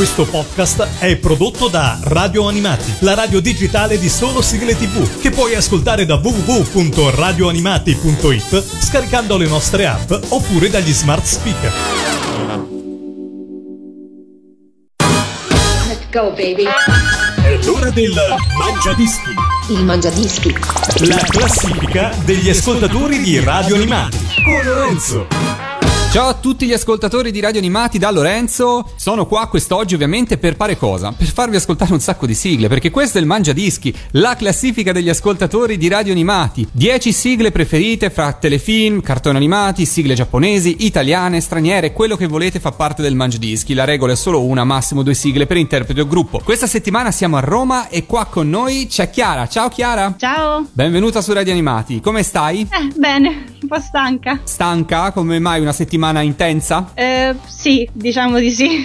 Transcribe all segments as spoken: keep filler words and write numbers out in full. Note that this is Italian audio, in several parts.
Questo podcast è prodotto da Radio Animati, la radio digitale di solo sigle tivù, che puoi ascoltare da w w w punto radio animati punto i t scaricando le nostre app oppure dagli smart speaker. Let's go, baby. È l'ora del Mangiadischi. Il Mangiadischi. La classifica degli ascoltatori di Radio Animati con Lorenzo. Ciao a tutti gli ascoltatori di Radio Animati, da Lorenzo. Sono qua quest'oggi ovviamente per fare cosa? Per farvi ascoltare un sacco di sigle, perché questo è il Mangiadischi, la classifica degli ascoltatori di Radio Animati. dieci sigle preferite fra telefilm, cartoni animati, sigle giapponesi, italiane, straniere, quello che volete fa parte del Mangiadischi. La regola è solo una, massimo due sigle per interprete o gruppo. Questa settimana siamo a Roma e qua con noi c'è Chiara. Ciao Chiara. Ciao. Benvenuta su Radio Animati. Come stai? Eh, bene, un po' stanca. Stanca? Come mai una settimana intensa? Eh, sì, diciamo di sì.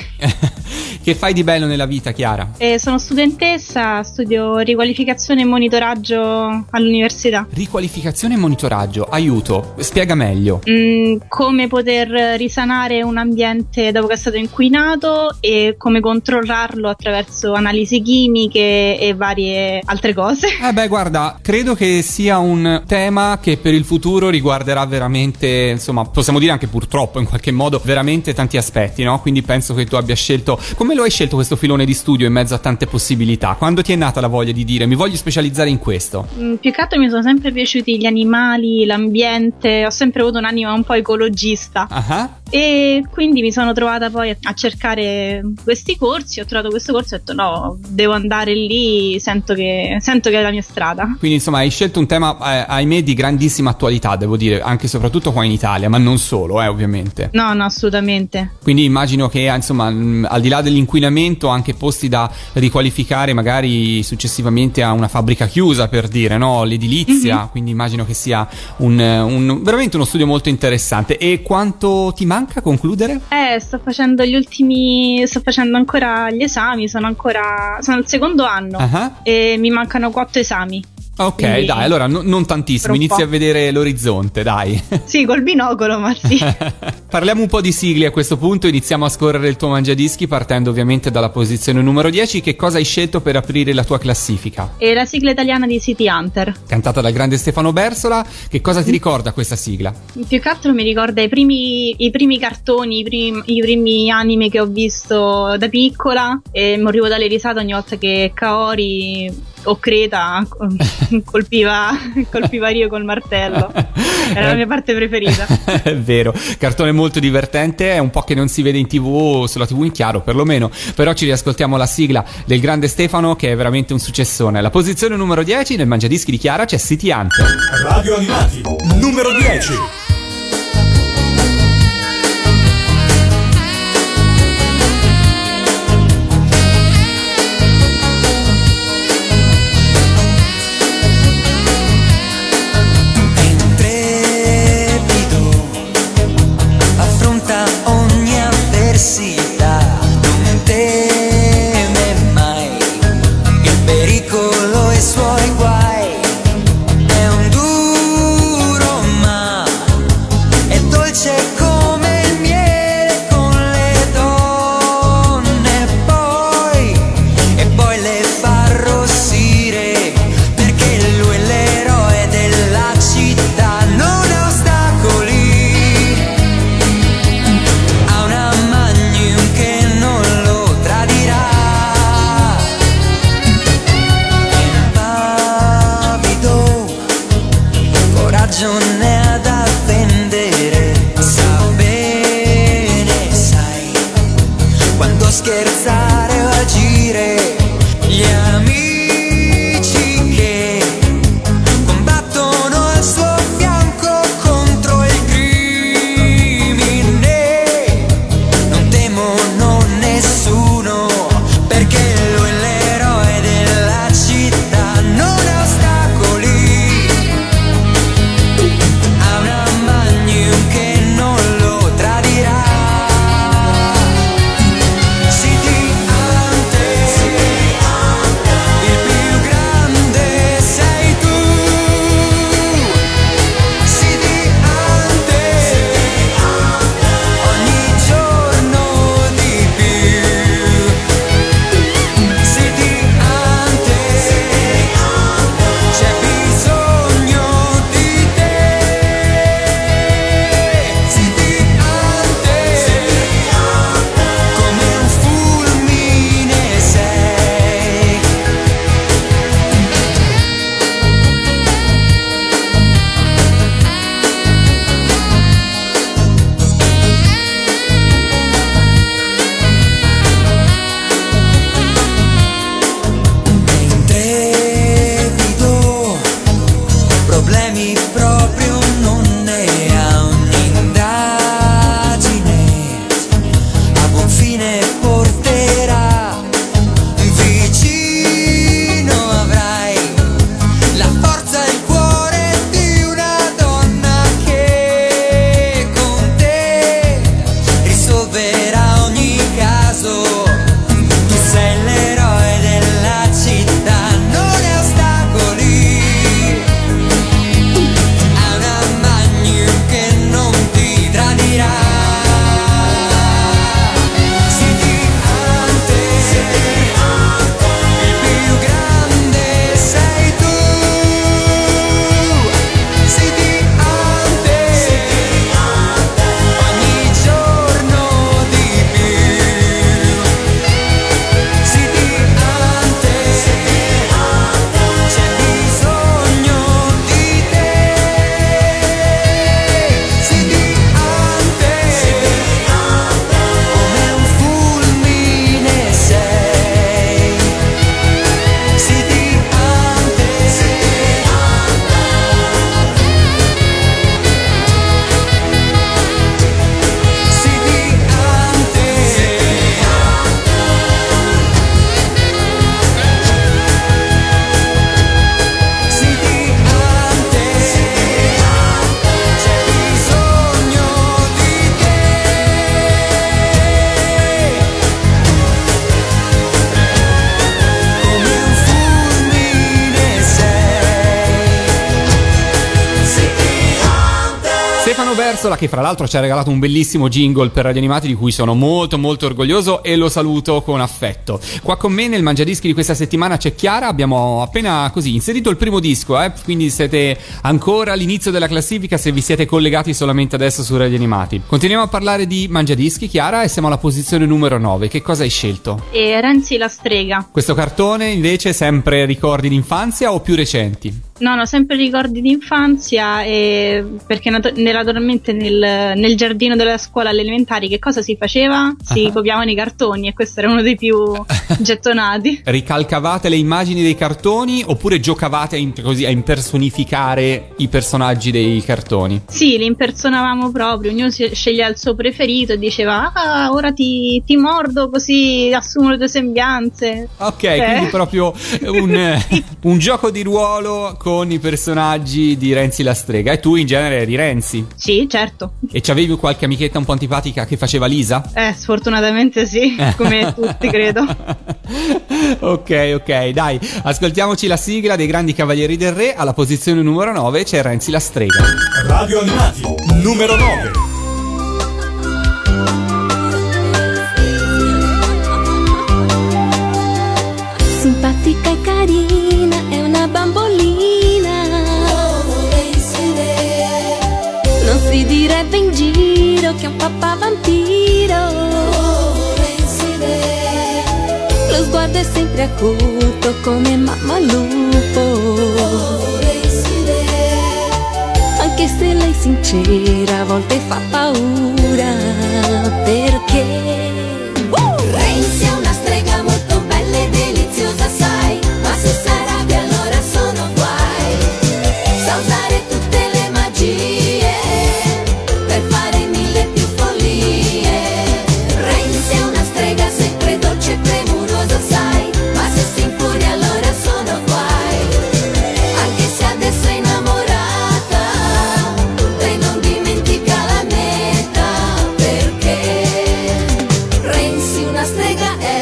Che fai di bello nella vita, Chiara? Eh, sono studentessa, studio riqualificazione e monitoraggio all'università. Riqualificazione e monitoraggio, aiuto, spiega meglio. Mm, come poter risanare un ambiente dopo che è stato inquinato e come controllarlo attraverso analisi chimiche e varie altre cose. Eh beh, guarda, credo che sia un tema che per il futuro riguarderà veramente, insomma, possiamo dire anche purtroppo in qualche modo, veramente tanti aspetti, no? Quindi penso che tu abbia scelto, come lo hai scelto questo filone di studio in mezzo a tante possibilità? Quando ti è nata la voglia di dire mi voglio specializzare in questo? Mm, più che altro mi sono sempre piaciuti gli animali, l'ambiente, ho sempre avuto un'anima un po' ecologista. Uh-huh. E quindi mi sono trovata poi a cercare questi corsi, ho trovato questo corso e ho detto no, devo andare lì, sento che, sento che è la mia strada. Quindi insomma hai scelto un tema eh, ahimè di grandissima attualità, devo dire, anche e soprattutto qua in Italia, ma non solo, eh, ovviamente. No, no, assolutamente. Quindi immagino che insomma mh, al di là dell'inquinamento anche posti da riqualificare magari successivamente a una fabbrica chiusa, per dire, no? L'edilizia, mm-hmm. Quindi immagino che sia un, un veramente uno studio molto interessante. E quanto ti manca a concludere? Eh, sto facendo gli ultimi, sto facendo ancora gli esami, sono ancora, sono al secondo anno uh-huh. e mi mancano quattro esami. Ok, quindi, dai, allora no, non tantissimo, inizi a vedere l'orizzonte, dai. Sì, col binocolo, ma sì. Parliamo un po' di sigle a questo punto, iniziamo a scorrere il tuo Mangiadischi partendo ovviamente dalla posizione numero dieci. Che cosa hai scelto per aprire la tua classifica? È la sigla italiana di City Hunter, cantata dal grande Stefano Bersola. Che cosa ti ricorda questa sigla? Più che altro mi ricorda i primi, i primi cartoni, i primi, i primi anime che ho visto da piccola e morivo dalle risate ogni volta che Kaori o Creta colpiva, colpiva Rio col martello. Era la mia parte preferita. È vero, cartone molto divertente, è un po' che non si vede in tv, sulla tv in chiaro perlomeno, però ci riascoltiamo la sigla del grande Stefano che è veramente un successone. La posizione numero dieci nel Mangiadischi di Chiara c'è City Hunter. Radio Animati numero dieci. Versola, che fra l'altro ci ha regalato un bellissimo jingle per Radio Animati di cui sono molto molto orgoglioso e lo saluto con affetto. Qua con me nel Mangiadischi di questa settimana c'è Chiara, abbiamo appena così inserito il primo disco, eh? Quindi siete ancora all'inizio della classifica se vi siete collegati solamente adesso su Radio Animati. Continuiamo a parlare di Mangiadischi, Chiara, e siamo alla posizione numero nove. Che cosa hai scelto? E Renzi la strega. Questo cartone invece sempre ricordi d'infanzia o più recenti? No, no, sempre ricordi d'infanzia, e perché nat- naturalmente nel, nel giardino della scuola alle elementari che cosa si faceva? Si uh-huh. copiavano i cartoni, e questo era uno dei più gettonati. Ricalcavate le immagini dei cartoni oppure giocavate a, in- così, a impersonificare i personaggi dei cartoni? Sì, li impersonavamo proprio, ognuno sceglieva il suo preferito e diceva ah, ora ti, ti mordo così assumo le tue sembianze. Ok, eh. quindi proprio un, un gioco di ruolo con i personaggi di Renzi la strega. E tu in genere eri Renzi? Sì, certo. E c'avevi qualche amichetta un po' antipatica che faceva Lisa? Eh, sfortunatamente sì, come tutti credo. Ok, ok, dai, ascoltiamoci la sigla dei Grandi Cavalieri del Re. Alla posizione numero nove c'è Renzi la strega. Radio Animati, numero nove. Simpatica e carina, è una bambolina. Non si direbbe in giro che è un papà vampiro. Lo sguardo è sempre acuto come mamma lupo. Anche se lei è sincera a volte fa paura, perché Renzi è una strega molto bella e deliziosa, sai, ma se s'arrabbia allora sono guai. Sa usare tutte le magie per fare mille più follie. Renzi è una strega sempre dolce e premurosa, sai, ma se si infuria allora sono guai. Anche se adesso è innamorata, lei non dimentica la meta, perché Renzi una strega è.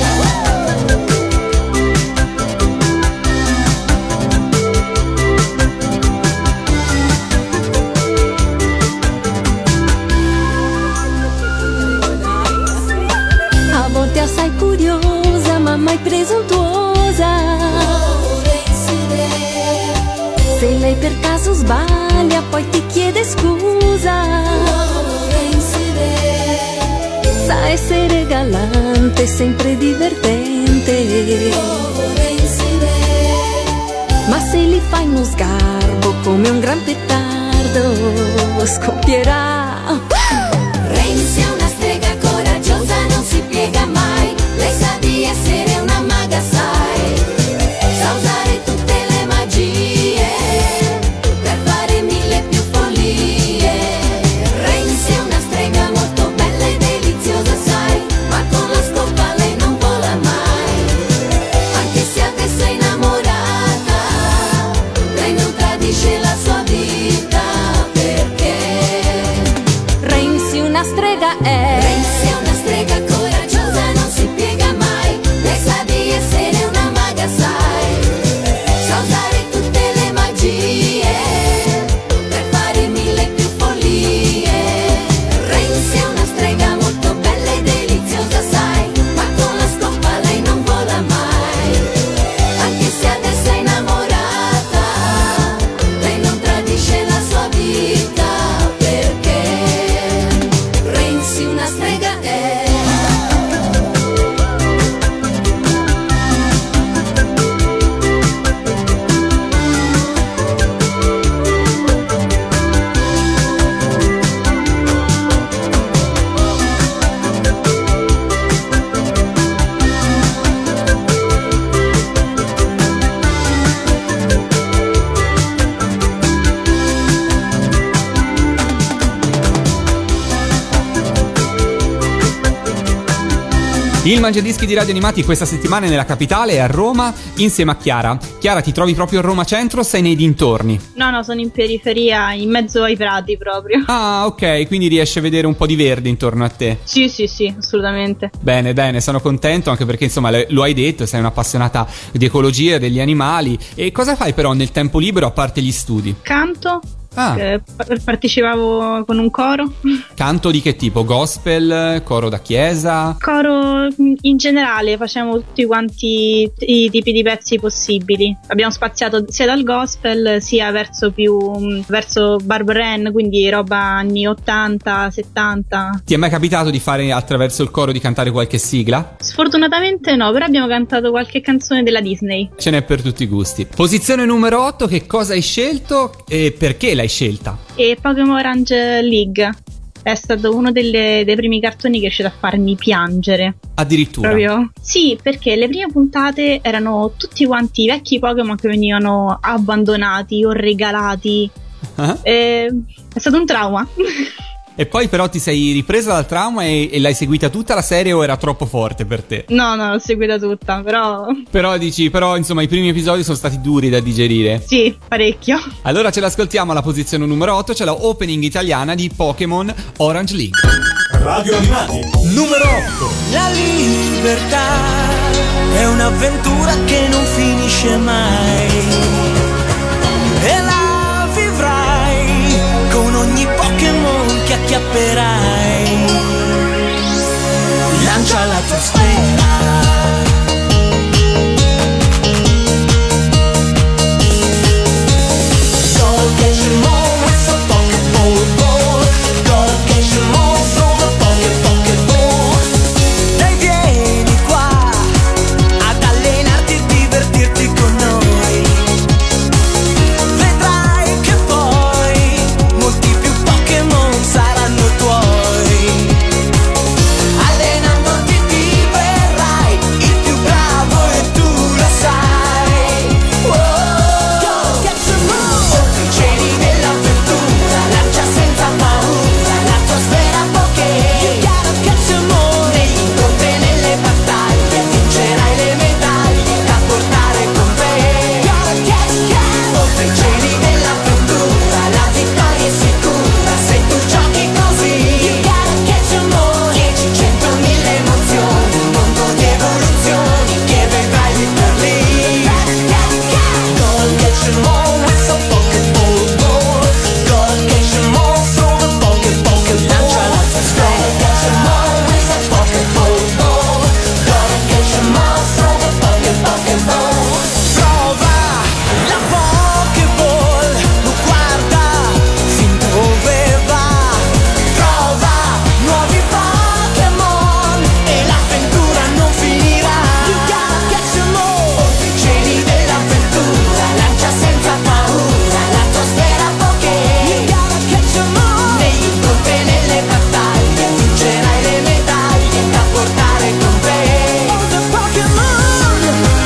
A volte assai curiosa, ma mai presuntuosa. Se lei per caso sbaglia, poi ti chiede scusa. Sa essere galante, sempre divertente. Ma se li fai uno sgarbo come un gran petardo, scoppierà. Renzi è una strega coraggiosa, non si piega mai. Lei sa di essere una maga, sai. Sa usare tutte le magie per fare mille più follie. Renzi è una strega molto bella e deliziosa, sai, ma con la scopa lei non vola mai. Anche se adesso è innamorata, lei non tradisce la sua vita, perché Renzi una strega è. Renzi è una strega coraggiosa, non si piega mai. Lei sa di essere una maga, sai. Sa usare tutte le magie per fare mille più follie. Renzi è una strega molto bella e deliziosa, sai, ma con la scopa lei non vola mai. Anche se adesso è innamorata, lei non tradisce la sua vita, perché Renzi una strega è. Il Mangiadischi di Radio Animati questa settimana è nella capitale, è a Roma, insieme a Chiara. Chiara, ti trovi proprio a Roma centro o sei nei dintorni? No, no, sono in periferia, in mezzo ai prati proprio. Ah, ok, quindi riesci a vedere un po' di verde intorno a te. Sì, sì, sì, assolutamente. Bene, bene, sono contento anche perché insomma lo hai detto, sei un'appassionata di ecologia, degli animali. E cosa fai però nel tempo libero a parte gli studi? Canto Ah. Eh, pa- partecipavo con un coro. Canto di che tipo? Gospel, coro da chiesa? Coro in generale, facciamo tutti quanti i tipi di pezzi possibili. Abbiamo spaziato sia dal gospel sia verso più verso Barbara Ann, quindi roba anni ottanta, settanta. Ti è mai capitato di fare attraverso il coro di cantare qualche sigla? Sfortunatamente no, però abbiamo cantato qualche canzone della Disney. Ce n'è per tutti i gusti. Posizione numero otto, che cosa hai scelto e perché l'hai scelta? E Pokémon Orange League è stato uno delle, dei primi cartoni che è riuscito a farmi piangere. Addirittura. Proprio? Sì, perché le prime puntate erano tutti quanti i vecchi Pokémon che venivano abbandonati o regalati. Uh-huh. E è stato un trauma. E poi però ti sei ripresa dal trauma e, e l'hai seguita tutta la serie o era troppo forte per te? No, no, l'ho seguita tutta, però... Però dici, però insomma i primi episodi sono stati duri da digerire. Sì, parecchio. Allora ce l'ascoltiamo alla posizione numero otto, c'è la opening italiana di Pokémon Orange League. Radio Animati, numero otto. La libertà è un'avventura che non finisce mai e la vivrai con ogni Pokémon che acchiapperai. Lancia la tua sfera, go get your mom with a Pokéball ball, go get your mom from a Poké Pokéball. Dai vieni qua ad allenarti e divertirti con noi, vedrai che poi molti più Pokémon saranno tuoi. Allenandoti diverrai il più bravo e tu lo sai. Oh, go get your move. Oltre i cieli dell'avventura, lancia senza paura la tua sfera Poké. You gotta catch 'em all. Negli incontri e nelle battaglie vincerai le medaglie da portare con te. Gotta catch, catch. Oltre i cieli dell'avventura, la vittoria è sicura se tu giochi così. You gotta catch 'em all. dieci, cento, mille emozioni, un mondo di evoluzioni che vedrai lì per lì. Go get your mom with a Pokéball ball, go get your mom from a Poké Pokéball. Lancia la tua sfera, get your mom with a Pokéball ball, go get your mom from a Poké Pokéball. Prova la Pokéball, guarda fin dove va. Trova nuovi Pokémon e l'avventura non finirà. You gotta catch 'em all. Oltre i cieli dell'avventura, lancia senza paura la tua sfera Poké. You gotta catch 'em all. Negli incontri e nelle battaglie vincerai le medaglie da portare con te. All the Pokémon.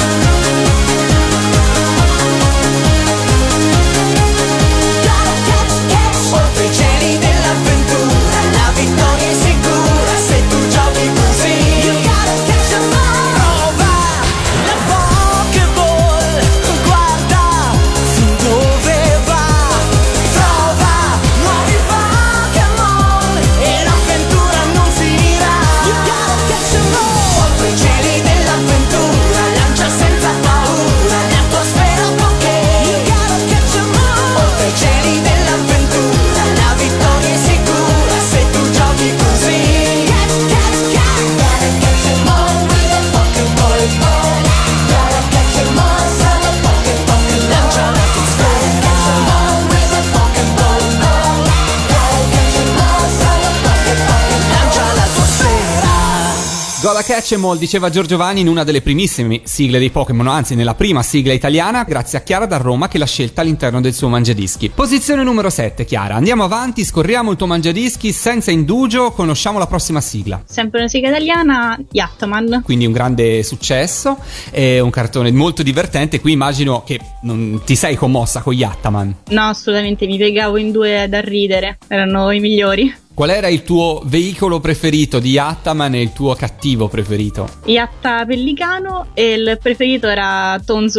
Gotta catch, catch. Oltre i cieli dell'avventura, la vittoria è sicura se tu giochi così. You gotta catch 'em all. Prova la Pokéball, guarda fin dove va. Trova nuovi Pokémon e l'avventura non finirà. You gotta catch 'em all. Oltre i cieli dell'avventura, lancia senza paura la tua sfera Poké. You gotta catch 'em all. Oltre i cieli dell'avventura, la vittoria è sicura se tu giochi così. Catch, catch, catch. Gotta catch 'em all with a Pokéball ball. Gotta catch 'em all from a Poké Pokéball. Lancia la tua sfera, catch 'em all with a Pokéball ball. Gotta catch 'em all from a Poké Pokéball. Lancia la tua sfera. Gotta catch 'em all, diceva Giorgio Vanni in una delle primissime sigle dei Pokémon, anzi nella prima sigla italiana, grazie a Chiara da Roma che l'ha scelta all'interno del suo mangiadischi. Posizione numero sette, Chiara. Andiamo avanti, scorriamo il tuo mangiadischi senza indugio, conosciamo la prossima sigla. Sempre una sigla italiana, Yattaman. Quindi un grande successo, è un cartone molto divertente. Qui immagino che non ti sei commossa con Yattaman. No, assolutamente, mi piegavo in due da ridere, erano i migliori. Qual era il tuo veicolo preferito di Yattaman e il tuo cattivo preferito? Yatta Pellicano e il preferito era Tonzula.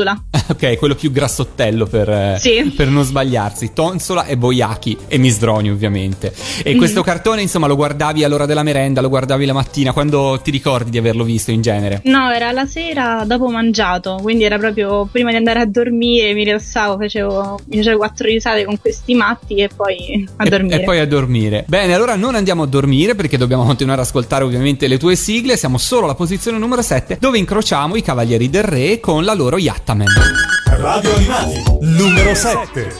ok, quello più grassottello per, eh, Sì. per non sbagliarsi. Tonsola e Boiachi e Misdroni ovviamente. E questo cartone insomma lo guardavi all'ora della merenda, lo guardavi la mattina, quando ti ricordi di averlo visto in genere? No, era la sera dopo mangiato, quindi era proprio prima di andare a dormire, mi rilassavo, facevo, mi facevo quattro risate con questi matti e poi a E- dormire. E, poi a dormire. Bene, allora non andiamo a dormire perché dobbiamo continuare ad ascoltare ovviamente le tue sigle. Siamo solo alla posizione numero sette, dove incrociamo i Cavalieri del Re con la loro Yattaman. Radio Animati, numero sette.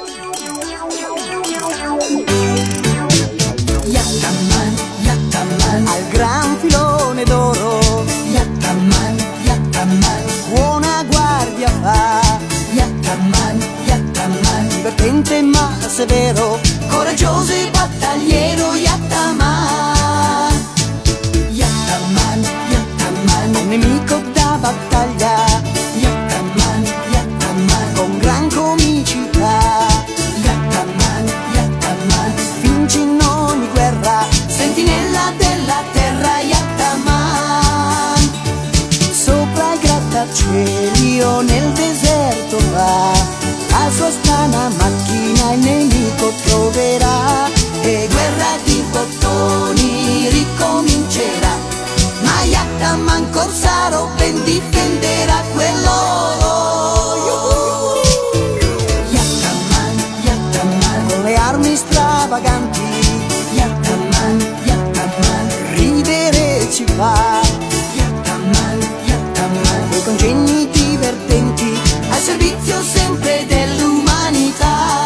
Yattaman, Yattaman, al gran filone d'oro. Yattaman, Yattaman, buona guardia fa. Yattaman, Yattaman, divertente ma severo, coraggioso e battagliero. Yattaman, Yattaman, Yattaman, un nemico da battaglia. Yattaman, Yattaman, con gran comicità. Yattaman, Yattaman, vince in ogni guerra, sentinella della terra. Yattaman, sopra i grattacieli o nel deserto va, la sua strana macchina il nemico troverà, e guerra di bottoni ricomincerà, ma Yattaman corsaro ben difenderà quell'oro. Yattaman, Yattaman, con le armi stravaganti. Yattaman, Yattaman, ridere ci fa. Yattaman, Yattaman, coi congegni divertenti, al servizio sempre dell'umanità.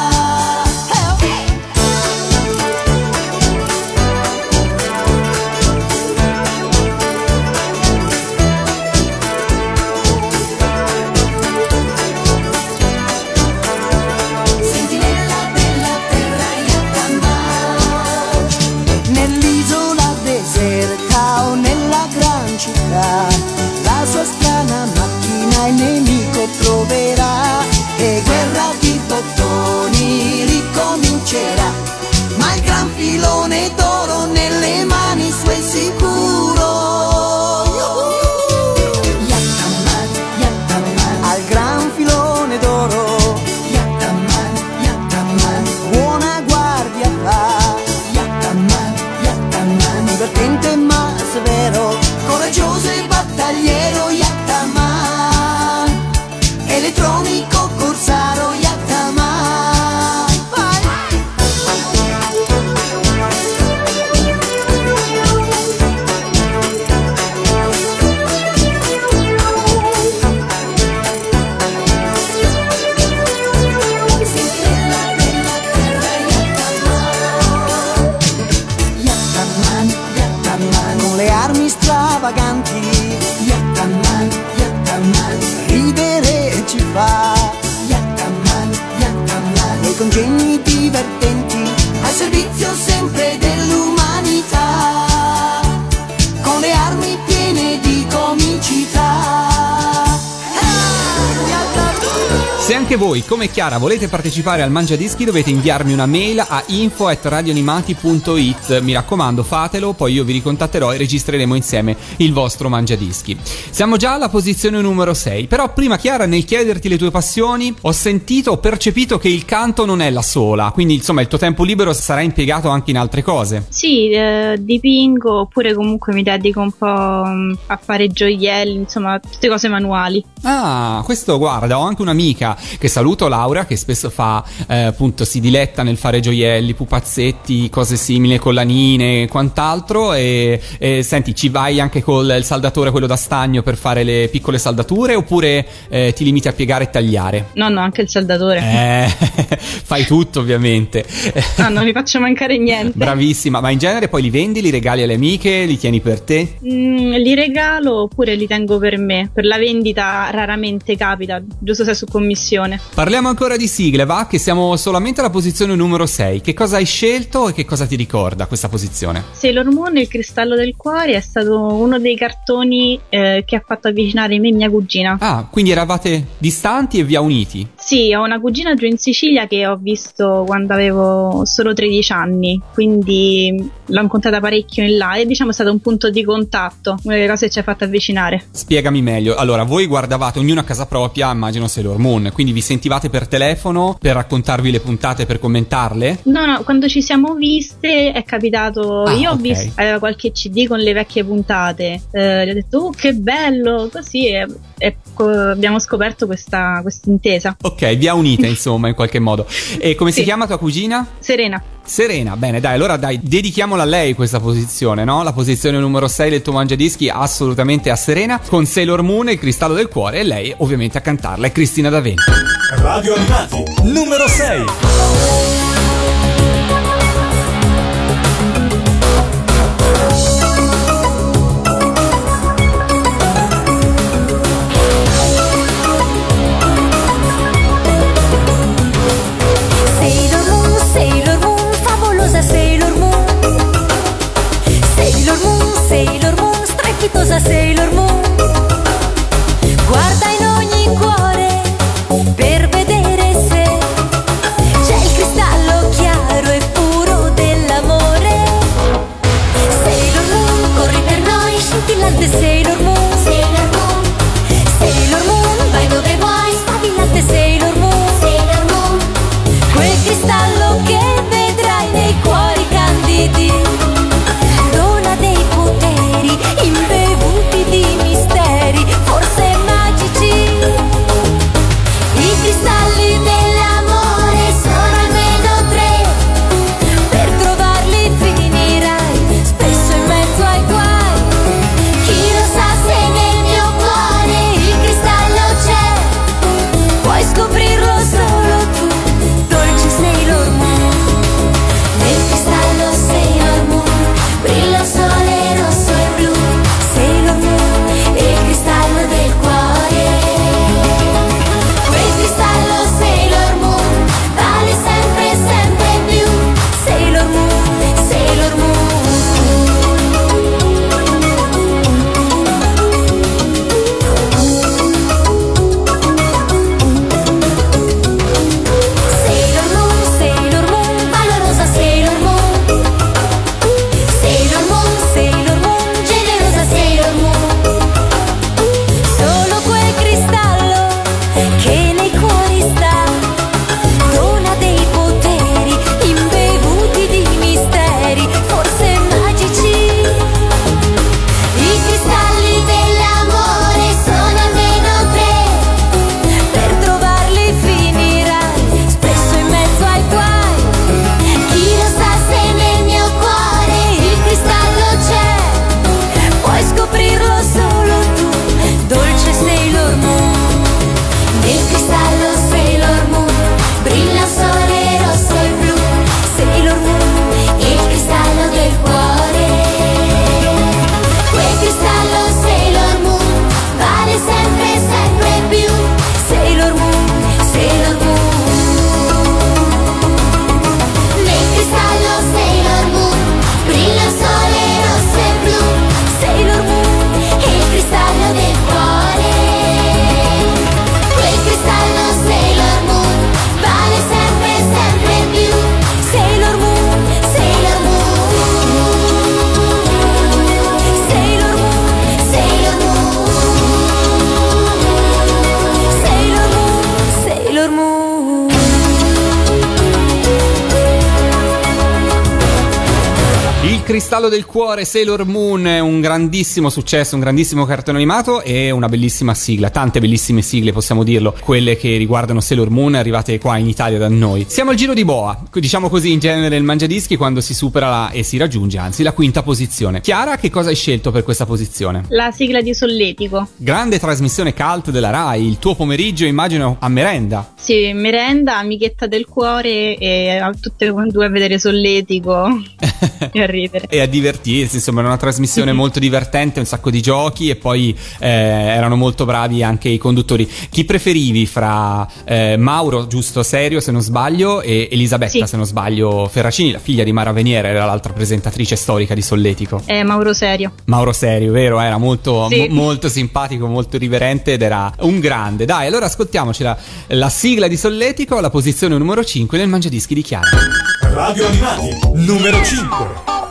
Sentinella della terra. Yattaman, nell'isola deserta o nella gran città, la sua strana macchina il nemico troverà, e guerra di bottoni ricomincerà, ma il gran filone d'oro nelle mani sue sicuro. Yattaman, Yattaman, al gran filone d'oro. Yattaman, Yattaman, buona guardia fa. Yattaman, Yattaman, divertente ma severo, coraggioso e battagliero. Yattaman, elettronico corsaro. Yattaman, vai. Sentinella della terra. Yattaman, Yattaman, Yattaman, con le armi stravaganti. Yattaman, Yattaman, ridere ci fa. Yattaman, Yattaman, nei congegni divertenti, al servizio sempre dell'umanità, con le armi piene di comicità. Se anche voi, come Chiara, volete partecipare al Mangiadischi, dovete inviarmi una mail a info at radioanimati punto it. Mi raccomando, fatelo, poi io vi ricontatterò e registreremo insieme il vostro Mangiadischi. Siamo già alla posizione numero sei, però prima, Chiara, nel chiederti le tue passioni, ho sentito, ho percepito che il canto non è la sola, quindi insomma il tuo tempo libero sarà impiegato anche in altre cose. Sì, eh, dipingo, oppure comunque mi dedico un po' mh, a fare gioielli, insomma, tutte cose manuali. Ah, questo guarda, ho anche un'amica che saluto, Laura, che spesso fa eh, appunto si diletta nel fare gioielli, pupazzetti, cose simili, collanine e quant'altro, e, e senti, ci vai anche col saldatore, quello da stagno, per fare le piccole saldature, oppure eh, ti limiti a piegare e tagliare? No, no, anche il saldatore. Eh, fai tutto ovviamente. No, non mi faccio mancare niente. Bravissima, ma in genere poi li vendi, li regali alle amiche, li tieni per te? Mm, li regalo oppure li tengo per me. Per la vendita raramente capita, giusto se è su commissione. posizione. Parliamo ancora di sigle, va? Che siamo solamente alla posizione numero sei. Che cosa hai scelto e che cosa ti ricorda questa posizione? Sailor Moon, il cristallo del cuore, è stato uno dei cartoni eh, che ha fatto avvicinare me e mia cugina. Ah, quindi eravate distanti e vi ha uniti? Sì, ho una cugina giù in Sicilia che ho visto quando avevo solo tredici anni, quindi l'ho incontrata parecchio in là e diciamo è stato un punto di contatto, una delle cose che ci ha fatto avvicinare. Spiegami meglio. Allora, voi guardavate ognuno a casa propria, immagino Sailor Moon, quindi vi sentivate per telefono per raccontarvi le puntate, per commentarle? No, no, quando ci siamo viste è capitato, Ah, io ho ok. visto, aveva qualche C D con le vecchie puntate, eh, gli ho detto, oh che bello, così e, e co- abbiamo scoperto questa intesa. Ok, vi ha unite insomma in qualche modo. E come si Sì. chiama tua cugina? Serena. Serena, bene, dai, allora dai, dedichiamola a lei questa posizione, no? La posizione numero sei del tuo mangiadischi assolutamente a Serena, con Sailor Moon e il cristallo del cuore, e lei ovviamente a cantarla è Cristina D'Avena. Radio Animati, numero sei. Sailor Moon, Sailor Moon, favolosa Sailor Moon. Sailor Moon, Sailor Moon, strepitosa Sailor Moon. Guarda in ogni cuore per vedere se c'è il cristallo chiaro e puro dell'amore. Sailor Moon, corri per noi, scintillante Sailor Moon. Sailor Moon, Sailor Moon, vai dove vuoi, sfavillante Sailor Moon. Sailor Moon, quel cristallo che vedrai nei cuori candidi, dona dei poteri imbevuti di misteri, forse magici. I cristalli dell'amore sono almeno tre, per trovarli finirai spesso in mezzo ai guai. Chi lo sa se nel mio cuore il cristallo c'è, puoi scoprirlo solo tu, dolce Sailor Moon. Nel cristallo Sailor Moon brilla un sole rosso e blu. Sailor Moon, il cristallo del cuore. Quel cristallo Sailor Moon vale sempre, sempre più. Sailor Moon, Sailor Moon. Sailor Moon, Sailor Moon, valorosa Sailor Moon. Sailor Moon, Sailor Moon, generosa Sailor Moon. Solo quel cristallo che nei cuori sta, dona dei poteri imbevuti di misteri, forse magici. I cristalli dell'amore sono almeno tre, per trovarli finirai spesso in mezzo ai guai. Chi lo sa se nel mio cuore il cristallo c'è, puoi scoprirlo solo tu, dolce Sailor Moon. Nel cristallo Sailor Moon brilla un sole rosso e blu. Sailor Moon, il cristallo del cuore. Quel cristallo Sailor Moon vale sempre, sempre più. Sailor Moon, Sailor Moon. Nel cristallo Sailor Moon brilla un sole rosso e blu. Sailor Moon, il cristallo del cuore. Quel cristallo Sailor Moon vale sempre, sempre più. Sailor Moon, Sailor Moon. Sailor Moon, Sailor Moon. Sailor Moon, Sailor Moon. Il cristallo del cuore, Sailor Moon, è un grandissimo successo, un grandissimo cartone animato e una bellissima sigla, tante bellissime sigle possiamo dirlo, quelle che riguardano Sailor Moon arrivate qua in Italia da noi. Siamo al giro di boa, diciamo così in genere il mangiadischi, quando si supera la, e si raggiunge anzi la quinta posizione. Chiara, che cosa hai scelto per questa posizione? La sigla di Solletico. Grande trasmissione cult della Rai, il tuo pomeriggio immagino a merenda. Sì, merenda, amichetta del cuore e a tutte e due a vedere Solletico e a ridere. e a divertirsi, insomma era una trasmissione molto divertente, un sacco di giochi e poi eh, erano molto bravi anche i conduttori. Chi preferivi fra eh, Mauro, giusto, Serio se non sbaglio, e Elisabetta, Sì. se non sbaglio, Ferracini, la figlia di Mara Veniere, era l'altra presentatrice storica di Solletico. Eh, Mauro Serio. Mauro Serio, vero? Era molto, Sì. mo- molto simpatico, molto riverente ed era un grande. Dai, allora ascoltiamoci la, la sigla di Solletico, la posizione numero cinque nel Mangiadischi di Chiara. Radio Animati, numero cinque.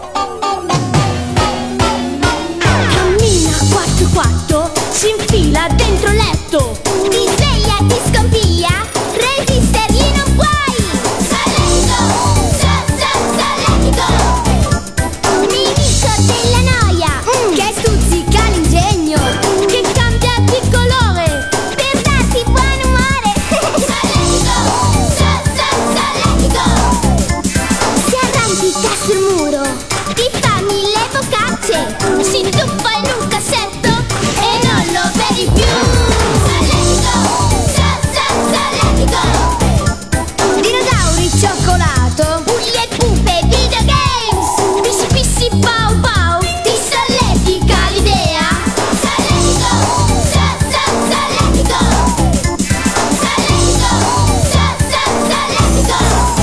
Cammina quattro quattro, si infila dentro il letto, ti sveglia, ti scompiglia, resistergli non puoi. Solletico, so, so, solletico, nemico della noia, che stuzzica l'ingegno, che cambia di colore, per darti buon umore. Solletico, so, so, solletico, si arrampica sul muro, ti fa mille focacce, si tuffa in un cassetto e non lo vedi più. Solletico, so, so, solletico, dinosauri, cioccolato, bulli e pupe, videogames, pissi pissi pau pau, ti solletica l'idea. Solletico, so, so, solletico, solletico, so, so,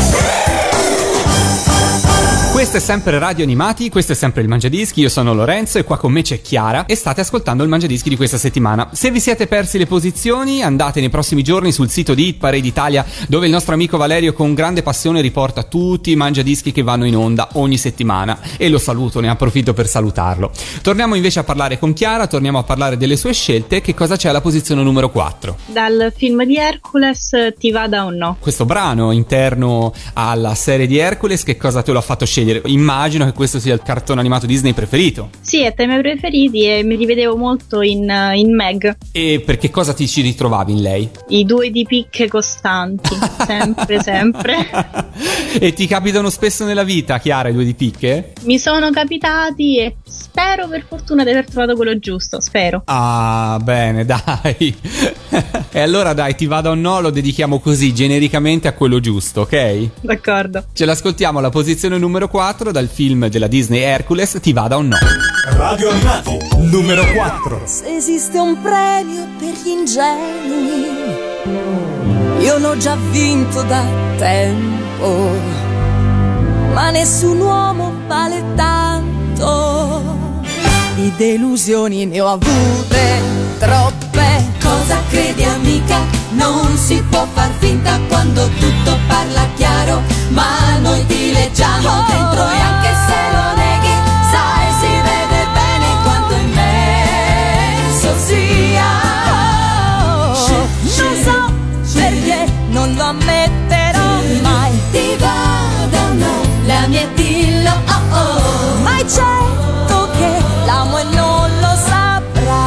solletico. Questo è sempre Radio Animati, questo è sempre il Mangiadischi, io sono Lorenzo e qua con me c'è Chiara e state ascoltando il Mangiadischi di questa settimana. Se vi siete persi le posizioni, andate nei prossimi giorni sul sito di Hit Parade Italia, dove il nostro amico Valerio con grande passione riporta tutti i Mangiadischi che vanno in onda ogni settimana e lo saluto, ne approfitto per salutarlo. Torniamo invece a parlare con Chiara, torniamo a parlare delle sue scelte. Che cosa c'è alla posizione numero quattro? Dal film di Hercules, Ti vada o no? Questo brano interno alla serie di Hercules, che cosa te lo ha fatto scegliere? Immagino che questo sia il cartone animato Disney preferito. Sì, è tra i miei preferiti e mi rivedevo molto in, in Meg. E per che cosa ti ci ritrovavi in lei? I due di picche costanti, sempre, sempre. E ti capitano spesso nella vita, Chiara, i due di picche? Mi sono capitati e spero per fortuna di aver trovato quello giusto, spero. Ah, bene, dai. E allora dai, Ti vada o no lo dedichiamo così, genericamente a quello giusto, ok? D'accordo. Ce l'ascoltiamo alla posizione numero quattro dal film della Disney Hercules, Ti vada o no? Radio Animati, numero quattro. Se esiste un premio per gli ingenui, io l'ho già vinto da tempo, ma nessun uomo vale tanto. Di delusioni ne ho avute troppe. Cosa credi, amica? Non si può far finta quando tutto parla chiaro, ma noi ti leggiamo dentro e anche se lo neghi, sai, si vede bene quanto immenso sia. Non so perché non lo ammetterò mai. Ti vada o no, la mia dillo, oh oh. Ma è certo che l'amo e non lo saprà.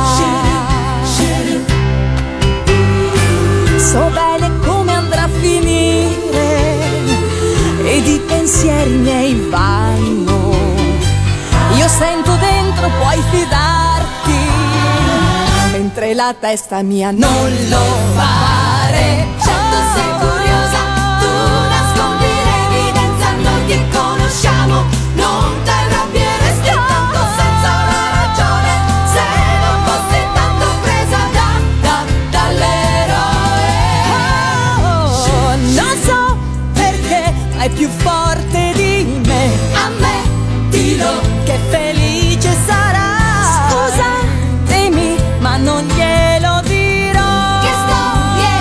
So bene come andrà a finire ed i pensieri miei vanno. Io sento dentro, puoi fidarti, mentre la testa mia non lo fare. Certo sei curiosa, tu nascondi l'evidenza, noi ti conosciamo, non t'arrabbieresti tanto senza una ragione, se non fossi tanto presa da, da, dall'eroe. Oh, non so perché, ma è più forte di me. Ammettilo che felice sarà. Scusatemi, ma non glielo dirò. Che storie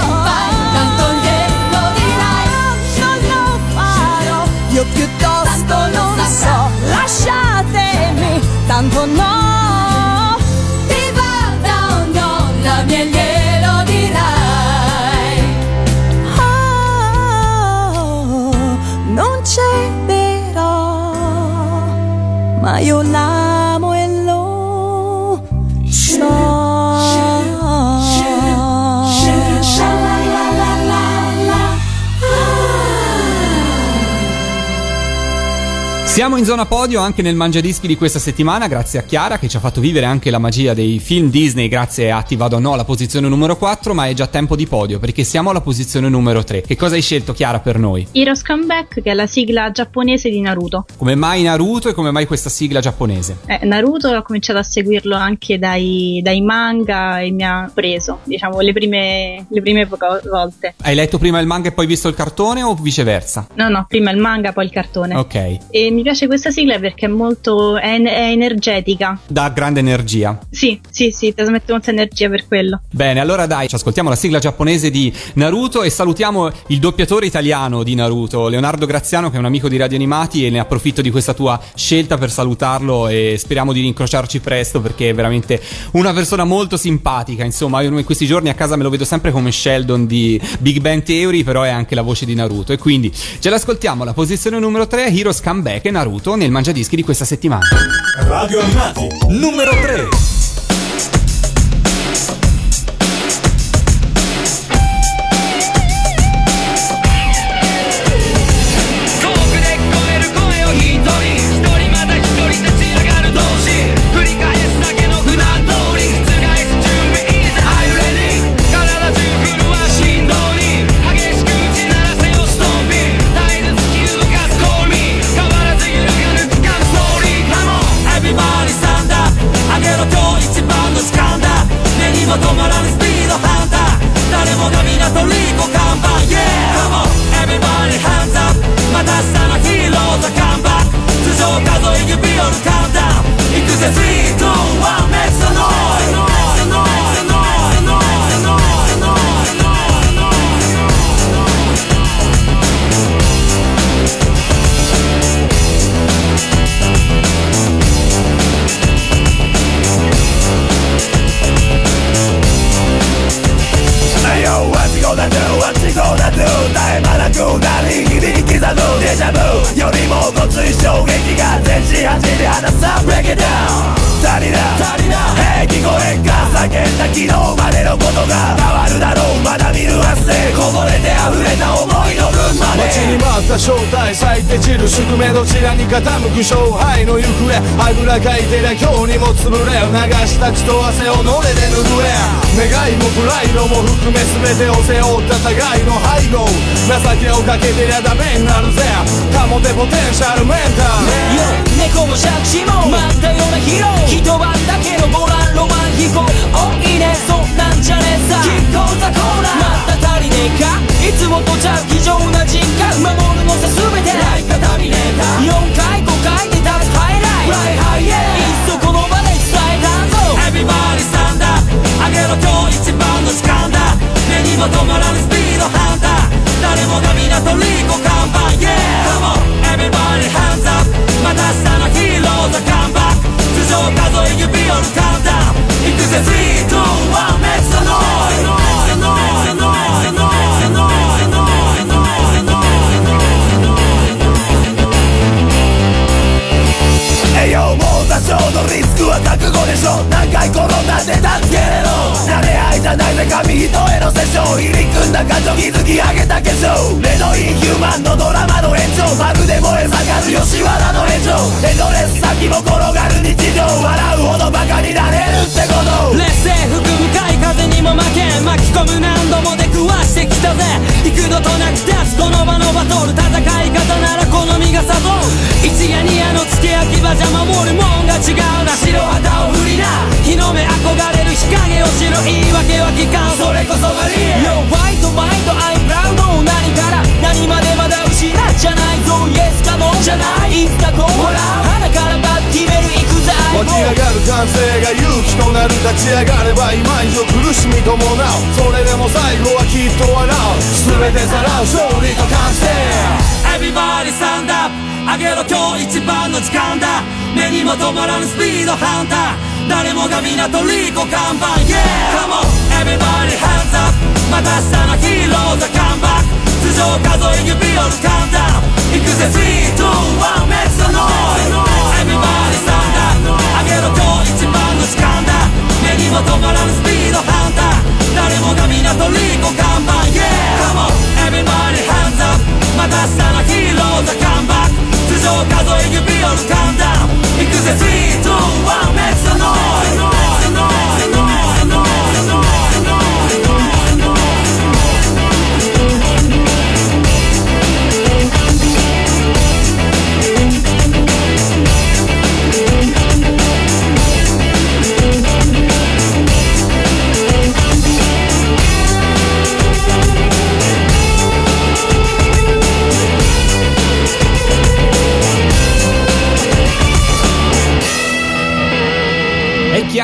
Siamo in zona podio anche nel Mangiadischi di questa settimana, grazie a Chiara che ci ha fatto vivere anche la magia dei film Disney, grazie a Ti vado o no alla posizione numero quattro, ma è già tempo di podio perché siamo alla posizione numero tre. Che cosa hai scelto, Chiara, per noi? Heroes Come Back, che è la sigla giapponese di Naruto. Come mai Naruto e come mai questa sigla giapponese? Eh, Naruto ho cominciato a seguirlo anche dai, dai manga e mi ha preso, diciamo, le prime, le prime poche volte. Hai letto prima il manga e poi visto il cartone o viceversa? No, no, prima il manga, poi il cartone. Ok. E mi piace questa sigla perché è molto è, è energetica. Dà grande energia. Sì, sì, sì, trasmette molta energia per quello. Bene, allora dai, ci ascoltiamo la sigla giapponese di Naruto e salutiamo il doppiatore italiano di Naruto, Leonardo Graziano, che è un amico di Radio Animati, e ne approfitto di questa tua scelta per salutarlo e speriamo di rincrociarci presto perché è veramente una persona molto simpatica. Insomma, io in questi giorni a casa me lo vedo sempre come Sheldon di Big Bang Theory, però è anche la voce di Naruto, e quindi ce l'ascoltiamo. La posizione numero tre, Heroes Come Back e Naruto nel Mangiadischi di questa settimana. Radio Animati numero tre. 止まらぬスピードハンター誰もが皆トリコ看板 Yeah! Come on! Everybody hands up また明日のヒーローザカムバック頭上数え指折るカウンダウン行くぜスリー、ツー、ワン Make some noise! What you gonna do? What you gonna do? 絶え間なく鳴り響き刻むデジャブよりもごつい衝撃が全身走り離さ Break it down 足りな足りな Hey 聞こえんか叫んだ昨日までのことが変わるだろうまだ見ぬ明日でこぼれて溢れた思いの分まで待ちに待った正体咲いて散る宿命どちらに傾く勝敗の行方あぐらかいてりゃ今日にも潰れ流した血と汗をのれで拭え願いもプライドも含め全てを背負った互いの背後情けをかけてりゃダメになるぜ保てポテンシャルメンタル猫も借地も待ったようなヒーロー一晩だけのボランロマン飛行おいいねそんなんじゃねえさキッコーザコーナーまた足りねえかいつもとちゃう非常な人格守るのさ全てライカタミネーターよんかいごかいで立つハイライトフライハイエーいっそこの場で伝えたんぞ Everybody stand up あげろ今日一番の時間だ目にも止まらぬスピードハンター誰もが皆トリコ看板 Yeah! Come on! Everybody hands up また明日のヒーローザカムバック頭上数え指折るカウンダウン行くぜスリー、ツー、ワン Make some noise! Hey yo もう多少のリスクは覚悟でしょ何回転んだって助けれろ慣れ合いじゃないぜ紙一重のセッション入り組んだ感情築き上げた化粧レドインヒューマンのドラマの延長まるで燃え盛る吉原の炎上エンドレス先も転がる日常笑うほどバカになれるってこと劣勢吹く深い風にも負けん巻き込む何度も出くわしてきたぜ幾度となく立つこの場のバトル戦い方なら好みが誘う一夜二夜の付け焼き場じゃ守るもんが違うな白旗を振りな日の目憧れる日陰を知る言い訳は聞かんそれこそがリアル Yo white mind I'm proud 何から何までまだ失っちゃないぞ Yes か No じゃないいつかこうほら鼻からバッ決める行くぜ湧き上がる歓声が勇気となる立ち上がれば今以上苦しみ伴うそれでも最後はきっと笑う全てさらう勝利と完成 Everybody stand up あげろ今日一番の時間だ目にも止まらぬスピードハンター誰もが皆トリコ看板 Yeah! Come on! Everybody hands up また明日のヒーローザカムバック頭上数え指折るカウンダウン行くぜスリー、ツー、ワン Make some noise! Everybody stand up あげろ今日一番の時間だ目にも止まらぬスピードハンター誰もが皆トリコ看板 Yeah! Come on! Everybody hands up また明日のヒーローザカムバック頭上数え指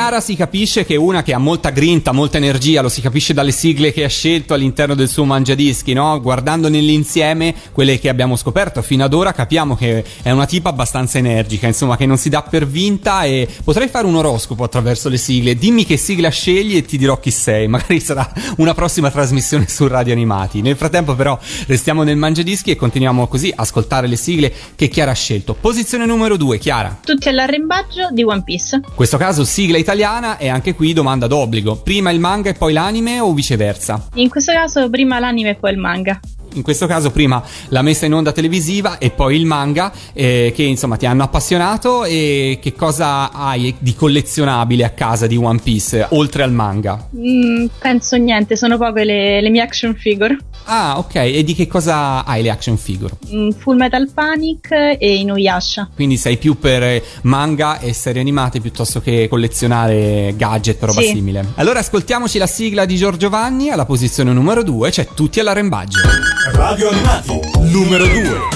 Chiara si capisce che è una che ha molta grinta, molta energia, lo si capisce dalle sigle che ha scelto all'interno del suo mangiadischi, no? Guardando nell'insieme quelle che abbiamo scoperto fino ad ora capiamo che è una tipa abbastanza energica, insomma, che non si dà per vinta. E potrei fare un oroscopo attraverso le sigle. Dimmi che sigla scegli e ti dirò chi sei, magari sarà una prossima trasmissione su Radio Animati. Nel frattempo però restiamo nel mangiadischi e continuiamo così a ascoltare le sigle che Chiara ha scelto. Posizione numero due, Chiara. Tutti all'arrembaggio di One Piece. In questo caso sigla italiana e anche qui domanda d'obbligo. Prima il manga e poi l'anime o viceversa? In questo caso prima l'anime e poi il manga. In questo caso prima la messa in onda televisiva e poi il manga, eh, che insomma ti hanno appassionato. E che cosa hai di collezionabile a casa di One Piece oltre al manga? Mm, penso niente, sono poche le, le mie action figure. Ah, ok, e di che cosa hai le action figure? Mm, Full Metal Panic e Inuyasha. Quindi sei più per manga e serie animate piuttosto che collezionare gadget, roba sì. simile. Allora ascoltiamoci la sigla di Giorgio Vanni. Alla posizione numero due c'è Tutti all'arrembaggio. Radio Animati numero due.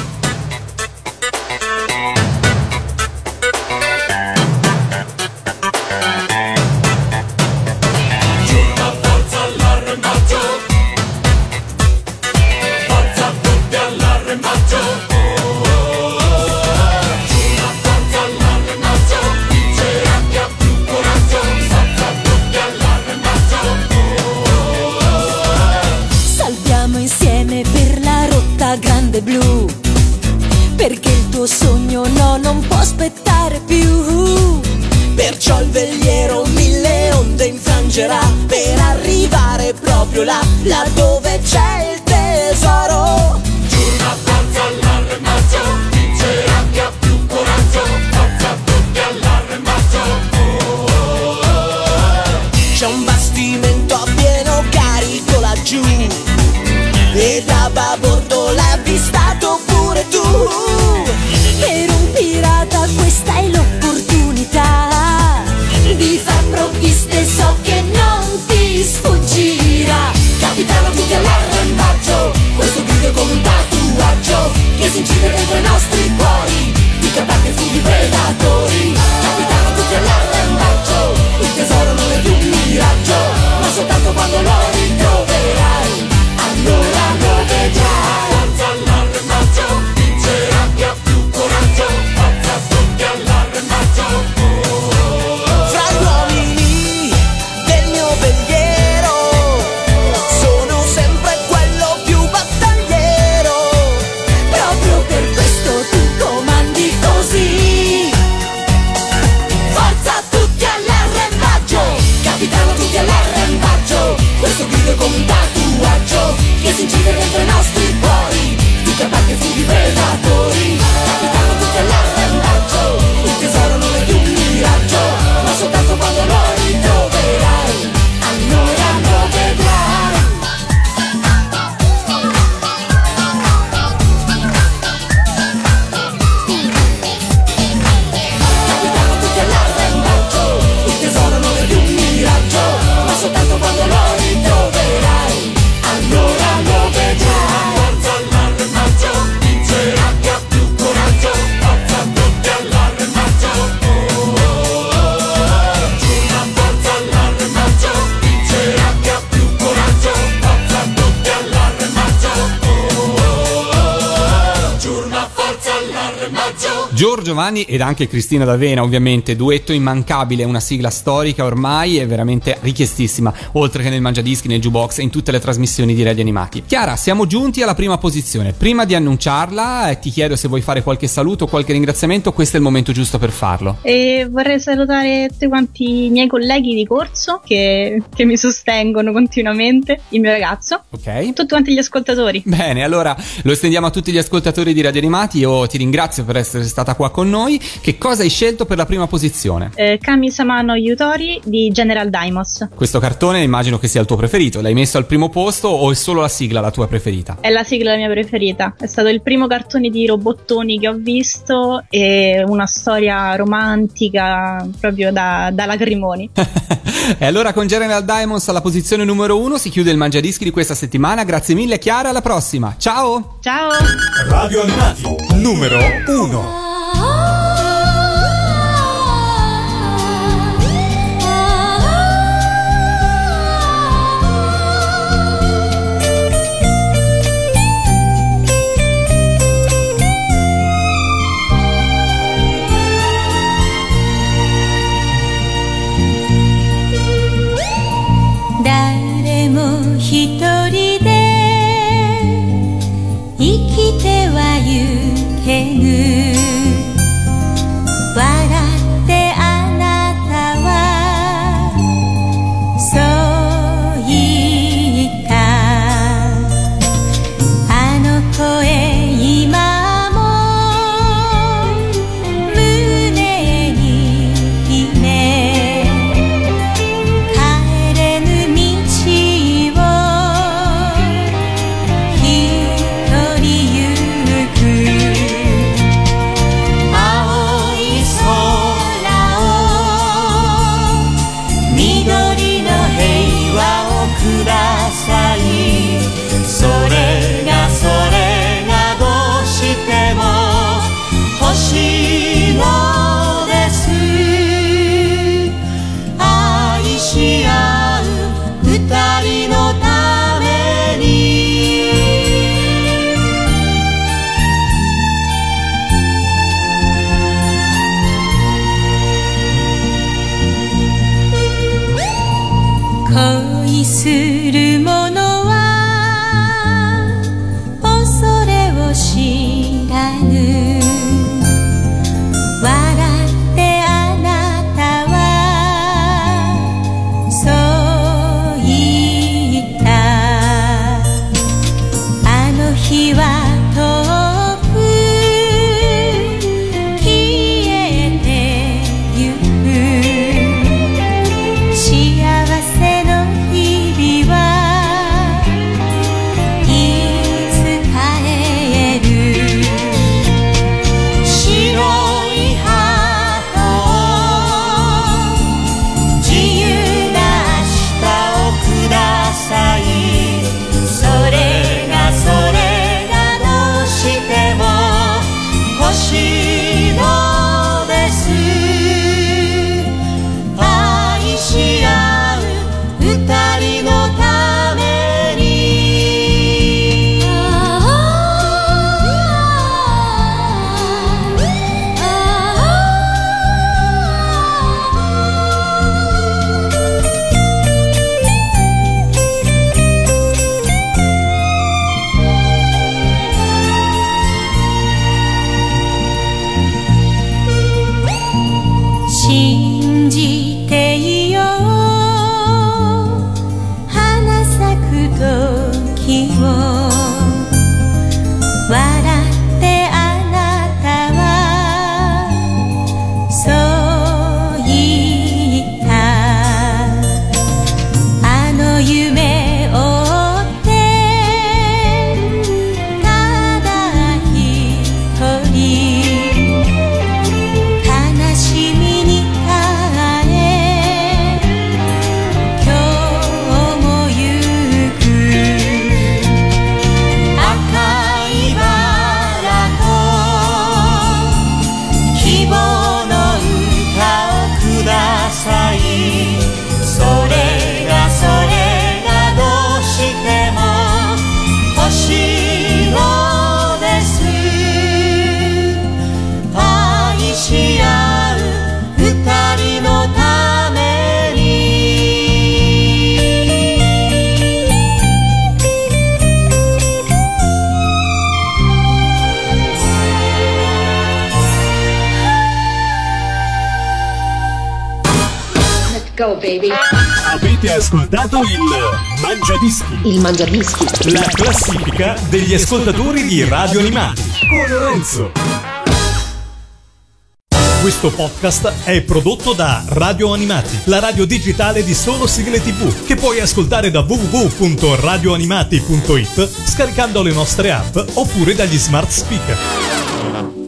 Blu, perché il tuo sogno no, non può aspettare più. Perciò il veliero mille onde infrangerà per arrivare proprio là, là dove c'è il tesoro. Giù una forza all'arrembaggio, vincerà chi ha più coraggio. Forza tutti all'arrembaggio. Oh, oh, oh. C'è un bastimento a pieno carico laggiù e da babordo l'hai avvistato pure tu. Per un pirata questa è l'opportunità di far provviste, so che non ti sfuggirà. Capitano tutti all'arrembaggio, questo grido è come un tatuaggio che si incide dentro i nostri cuori, di capaci e funghi predatori. Capitano tutti all'arrembaggio, il tesoro non è più un miraggio, ma soltanto quando lo ritroverai, allora lo vedrai. Forza all'arrembaggio, vincerà chi ha più coraggio. Forza tutti all'arrembaggio. Oh, oh, oh. Fra gli uomini del mio veliero sono sempre quello più battagliero, proprio per questo tu comandi così. Forza tutti all'arrembaggio, capitano tutti all'arrembaggio, questo grido è come un tatuaggio che si incide dentro i nostri cuori, di capaci e funghi predatori. Capitano tutti all'arrembaggio, il tesoro non è più un miraggio, ma soltanto quando lo ritroverai, allora lo vedrai. Capitano tutti all'arrembaggio, il tesoro non è più un miraggio, ma soltanto quando lo ritroverai, allora lo vedrai. Forza all'arrembaggio, vincerà chi ha più coraggio. Forza tutti all'arrembaggio. Oh, oh, oh. Giù una forza all'arrembaggio, vincerà chi ha più coraggio. Forza tutti all'arrembaggio. Oh, oh, oh. Giù una forza all'arrembaggio. Giorgio Vanni ed anche Cristina D'Avena, ovviamente, duetto immancabile, una sigla storica ormai e veramente richiestissima, oltre che nel Mangiadischi, nel Jukebox e in tutte le trasmissioni di Radio Animati. Chiara, siamo giunti alla prima posizione. Prima di annunciarla, eh, ti chiedo se vuoi fare qualche saluto o qualche ringraziamento, questo è il momento giusto per farlo. E vorrei salutare tutti quanti i miei colleghi di corso che, che mi sostengono continuamente, il mio ragazzo, Ok? tutti quanti gli ascoltatori. Bene, allora lo estendiamo a tutti gli ascoltatori di Radio Animati. Io ti ringrazio per essere stata qua con noi. Che cosa hai scelto per la prima posizione? Eh, Kami-sama no Yutori di General Daimos. Questo cartone immagino che sia il tuo preferito. L'hai messo al primo posto o è solo la sigla la tua preferita? È la sigla mia preferita. È stato il primo cartone di robottoni che ho visto e una storia romantica proprio da, da lacrimoni. E allora con General Diamonds alla posizione numero uno si chiude il Mangiadischi di questa settimana. Grazie mille Chiara, alla prossima. Ciao! Ciao! Radio Animati numero uno. Ah, ah, ah. にするものは恐れを知らぬ笑ってあなたはそう言ったあの日は遠く消えてゆく幸せの日々はいつ帰る白いハート自由な明日をくださいそれがそれがどうしても欲しいのです愛し合う二人のために信じていよう花咲く時を笑ってあなたはそう言ったあの夢を追ってただ一人悲しみに耐え今日も行く赤いバラと希望の歌をくださいそれがそれがどうしても欲しいのです愛し合う二人のために Let's go, baby. Avete ascoltato il Mangiadischi, Il Mangiadischi. la classifica degli ascoltatori di Radio Animati con Lorenzo. Questo podcast è prodotto da Radio Animati, la radio digitale di solo sigle tivù, che puoi ascoltare da w w w punto radio animati punto it scaricando le nostre app oppure dagli smart speaker.